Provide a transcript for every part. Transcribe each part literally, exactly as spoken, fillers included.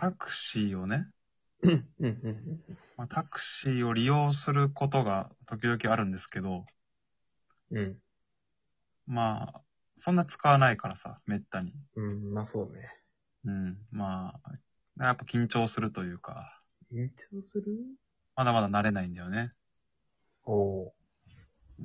タクシーをね、 うんうんうんまあ、タクシーを利用することが時々あるんですけど、 うん。 まあ、そんな使わないからさ、めったに。 うん。うん、まあそうね。 うん。まあ、やっぱ緊張するというか、 緊張する？ まだまだ慣れないんだよね。 おー。 うん。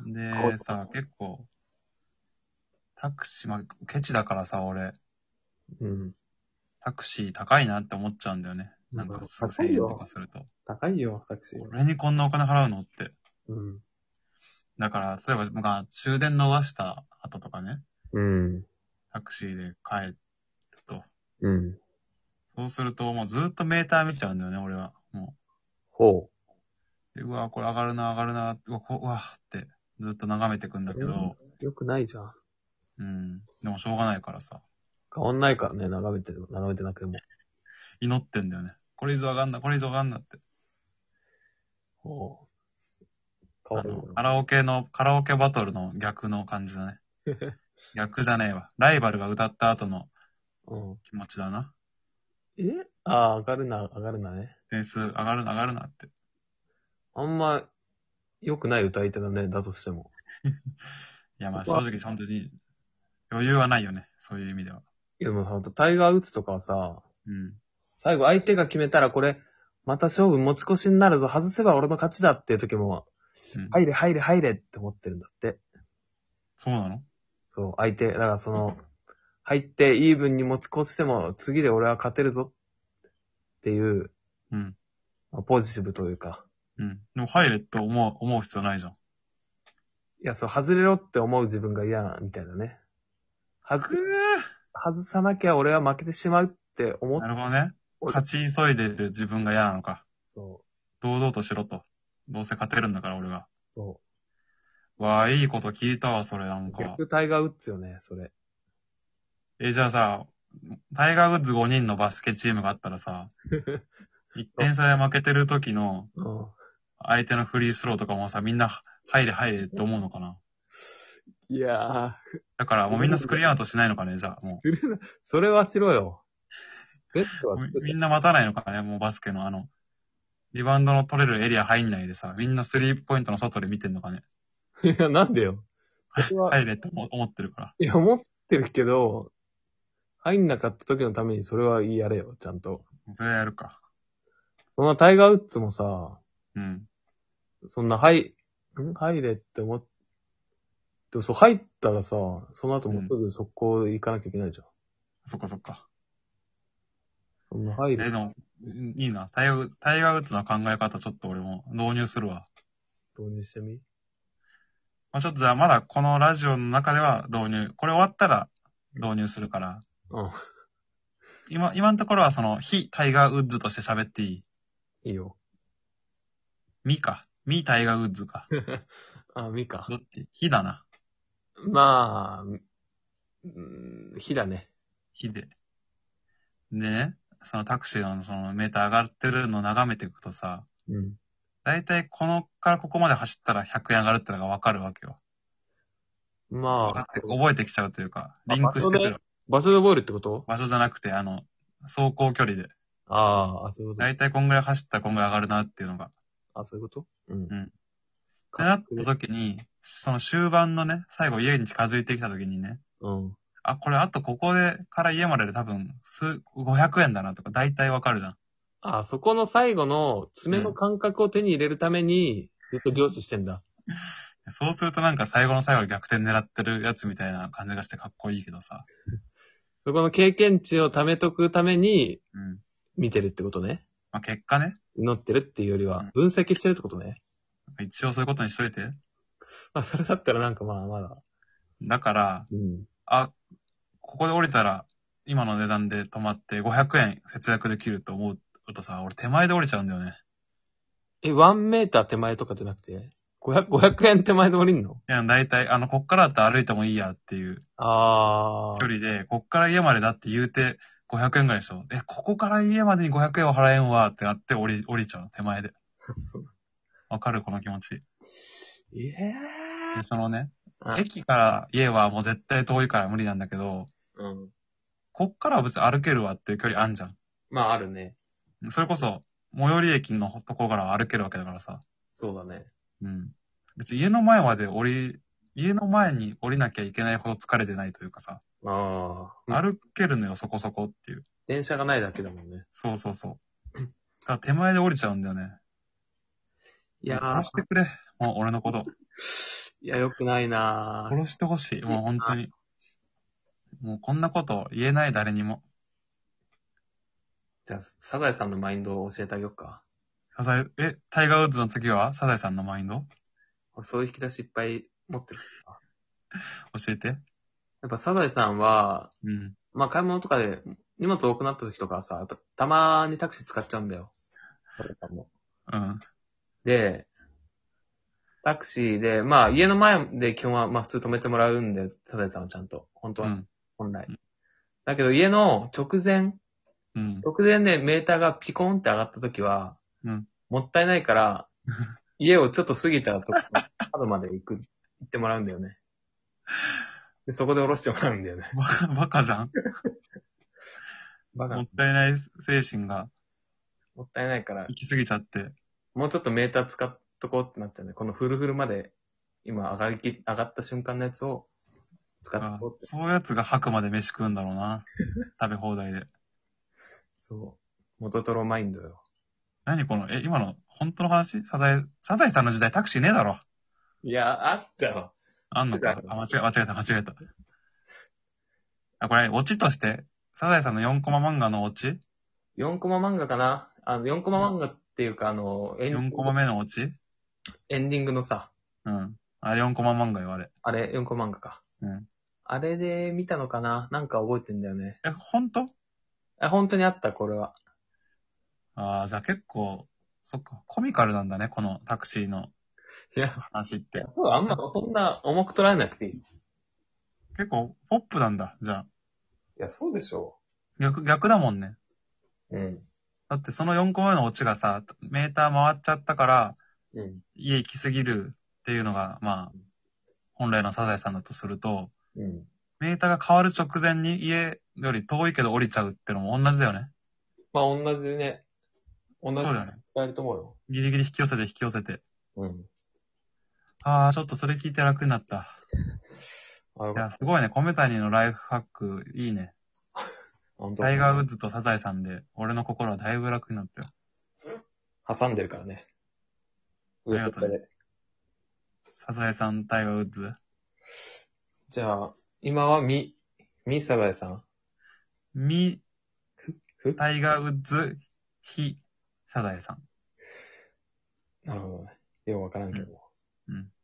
こで、さ、結構、タクシー、まあ、ケチだからさ、俺、 うん。 タクシー高いなって思っちゃうんだよね。 うん、 なんか数千円と高いよ。 かすると。 高いよ、タクシーは。 俺にこんなお金払うのって。 うん。 だから、例えば、まあ、終電逃した後とかね、 うん。 タクシーで帰ると。 うん。 そうすると、もうずっとメーター見ちゃうんだよね、俺は。もほう。で、うわ、これ上がるな、上がるな、うわ、こうわってずっと眺めてくんだけう。 ど、 よくないじゃん。 うん。でもしょうがないからさ、 変わんないからね、眺めてる、眺めてなくても。 祈ってんだよね。これ以上上がんな、これ以上上がんなって。 ほう。変わるあの、カラオケの、カラオケバトルの逆の感じだね。逆じゃねえわ。ライバルが歌った後のうん。 気持ちだな。 えああ、上がるな、上がるなね。 点数上がるな、上がるなって。 あんま、良くない歌い手だね、だとしても。 いや、まあここは正直本当に余裕はないよね。そういう意味では。 いや、でもほんと、タイガー・ウッズとかはさ、 うん。 最後相手が決めたらこれ、また勝負持ち越しになるぞ、外せば俺の勝ちだっていう時も、 うん。 入れ入れ入れって思ってるんだって。 そうなの？ そう、相手、だからその、入ってイーブンに持ち越しても、次で俺は勝てるぞっていう、 うん。 まあポジティブというか、 うん。でも入れって思う、思う必要ないじゃん。 いや、そう、外れろって思う自分が嫌な、みたいなね。はずく、ー。 外さなきゃ俺は負けてしまうって思っなるほどね。勝ち急いでる自分が嫌なのか。 そう、 堂々としろと。どうせ勝てるんだから俺が。 そわあ、いいこと聞いたわ、それなんう。 か。 逆タイガー・ウッズよね、それ。 え、じゃあさ、タイガー・ウッズごにんのバスケチームがあったらさ、いってん差で負けてる時のうん。 相手のフリースローとかもさ、みんな入れ入れって思うのかな。 いやだからもうみんなスクリーンアウトしないのかね、じゃあー、 も作れない。それはしろよ。ベッドはう。 作みんな待たないのかね、もうバスケのあの、リバウンドの取れるエリア入んないでさ、みんなスリーポイントの外で見てんのかね。 れ。いや、なんでよ。それは、 入れって思思ってるから。 いや、思ってるけど、入んなかった時のためにそれはやれよ、ちゃんと。 それやるか。 そのタイガー・ウッズもさ、 うん。 そんな、入、ん入れって思って、でもそう、入ったらさ、その後もうすぐ速攻行かなきゃいけないじゃん。 そっかそっか。 そんな入え、でる。 も、いいな。タイガー、タイガーウッズの考え方ちょっと俺も導入するわ。 導入してみ。 まあ、ちょっとじゃあまだこのラジオの中では導入、これ終わったら導入するから、 うん。 今、今のところはその、非タイガーウッズとして喋っていい？ いいよ。 ミか。ミタイガーウッズか。 あ、ミか。 どっち？非だな。 まあ、うーん、火だね。 非で。でね、そのタクシーのそのメーター上がってるのを眺めていくとさ、 うん。 だいたいこのからここまで走ったらひゃくえん上がるってのがわかるわけよ。 まあ、 わかって覚えてきちゃうというか、 あ、 リン場所で、 クしてくる。 場所で覚えるってこと？ 場所じゃなくて、あの、走行距離で。 ああ、あ、そういうこと。 だいたいこんぐらい走ったらこんぐらい上がるなっていうのが。 あ、そういうこと。うん。 うん。ってかなった時に、その終盤のね、最後家に近づいてきた時にね、 うん。 あ、これあとここでから家までで多分、数、ごひゃくえんだなとか大体わかるじゃん。 あ、そこの最後の爪の感覚を手に入れるために、ずっと凝視してんだ。 そうするとなんか最後の最後で逆転狙ってるやつみたいな感じがしてかっこいいけどさ。 そこの経験値を貯めとくために、 うん。 見てるってことね。 まあ、結果ね、 祈ってるっていうよりはうん、 分析してるってことね。 一応そういうことにしといて。 まあ、それだったらなんかまあ、まだ。 だから、 うん。 あ、ここで降りたら、今の値段で止まってごひゃくえん節約できると思うとさ、俺手前で降りちゃうんだよね。 え、ワンメーター手前とかじゃなくて、ごひゃく、ごひゃくえん手前で降りんの？ いや、だいたい、あの、こっからだったら歩いてもいいやっていうあー。 距離で、こっから家までだって言うてごひゃくえんぐらいでしょ。え、ここから家までにごひゃくえんは払えんわってなって降り、降りちゃう。手前で。わかるこの気持ち。 ええで、そのね、 ー。 駅から家はもう絶対遠いから無理なんだけど、 うん。 こっからは別に歩けるわっていう距離あんじゃん。 まああるね。 それこそ、最寄り駅のところから歩けるわけだからさ。 そうだね。 うん。別に家の前まで降り、家の前に降りなきゃいけないほど疲れてないというかさ。 ああ。 歩けるのよ、そこそこっていう。 電車がないだけだもんね。 そうそうそう。だから手前で降りちゃうんだよね。 いやー殺してくれ。もう俺のこと。 いや、よくないなー殺してほしい。もう本当に。もうこんなこと言えない誰にも。 じゃあ、サザエさんのマインドを教えてあげようか。 サザエ、え、タイガーウッズの次はサザエさんのマインド俺そういう引き出しいっぱい持ってる。 教えて。 やっぱサザエさんは、 うん。 まあ買い物とかで荷物多くなった時とかはさ、やっぱたまにタクシー使っちゃうんだよ。サザエさんも。 うん。 で、タクシーで、まあ家の前で基本はまあ普通止めてもらうんで、サザエさんはちゃんと。本当は、 うん。 本来うん。 だけど家の直前、 うん。 直前でメーターがピコンって上がった時は、 うん。 もったいないから、家をちょっと過ぎたとこ、角まで行く、行ってもらうんだよね。で、そこで降ろしてもらうんだよね。 バカ、バカじゃん。 バカ。 もったいない精神がもったいないから行、き過ぎちゃって。 もうちょっとメーター使っとこうってなっちゃうね。このフルフルまで、今上がりき、上がった瞬間のやつを使っあとこうって。 そういうやつが吐くまで飯食うんだろうな。食べ放題で。 そう。元トロマインドよ。 何この、え、今の、本当の話サザエ、サザエさんの時代タクシーねえだろ。 いや、あったわ。 あんのか。あ、間違え、間違えた、間違えた。あ、これ、オチとして、サザエさんのよんコマ漫画のオチよんコマ漫画かなあの、よんコマ漫画っていうか、あの、エン ?よん コマ目のオチエンディングのさ、 うん。あれよんコマ漫画よ、あれ。 あれ、よんコマ漫画か。 うん。 あれで見たのかななんか覚えてんだよね。 え、本当あ、本当にあった、これは。 ああ、じゃあ結構、そっか、コミカルなんだね、このタクシーのいや、 話っていや。そう、あんま、そんな重く捉えなくていい。い結構、ポップなんだ、じゃあ。 や、そうでしょ逆、逆だもんね。 う。うん。 だってそのよんコマ目のオチがさ、メーター回っちゃったから、 うん。 家行き過ぎるっていうのが、まあ、本来のサザエさんだとすると、 うん。 メーターが変わる直前に家より遠いけど降りちゃうってのも同じだよね。 まあ、同じでね、同じそうだよね。 使えると思うよ。 ギリギリ引き寄せて引き寄せて。 うん。 ああ、ちょっとそれ聞いて楽になった。 あ、よいや、 かった。 すごいね。米谷のライフハック、いいね。 本当タイガーウッズとサザエさんで、俺の心はだいぶ楽になったよ。 挟んでるからね。上と下で。 サザエさん、タイガーウッズ。 じゃあ、今はみ、みサザエさん。 ミ、 ふタイガーウッズ、ヒ、サザエさん。 なるほどね。ようわからんけど。 うん。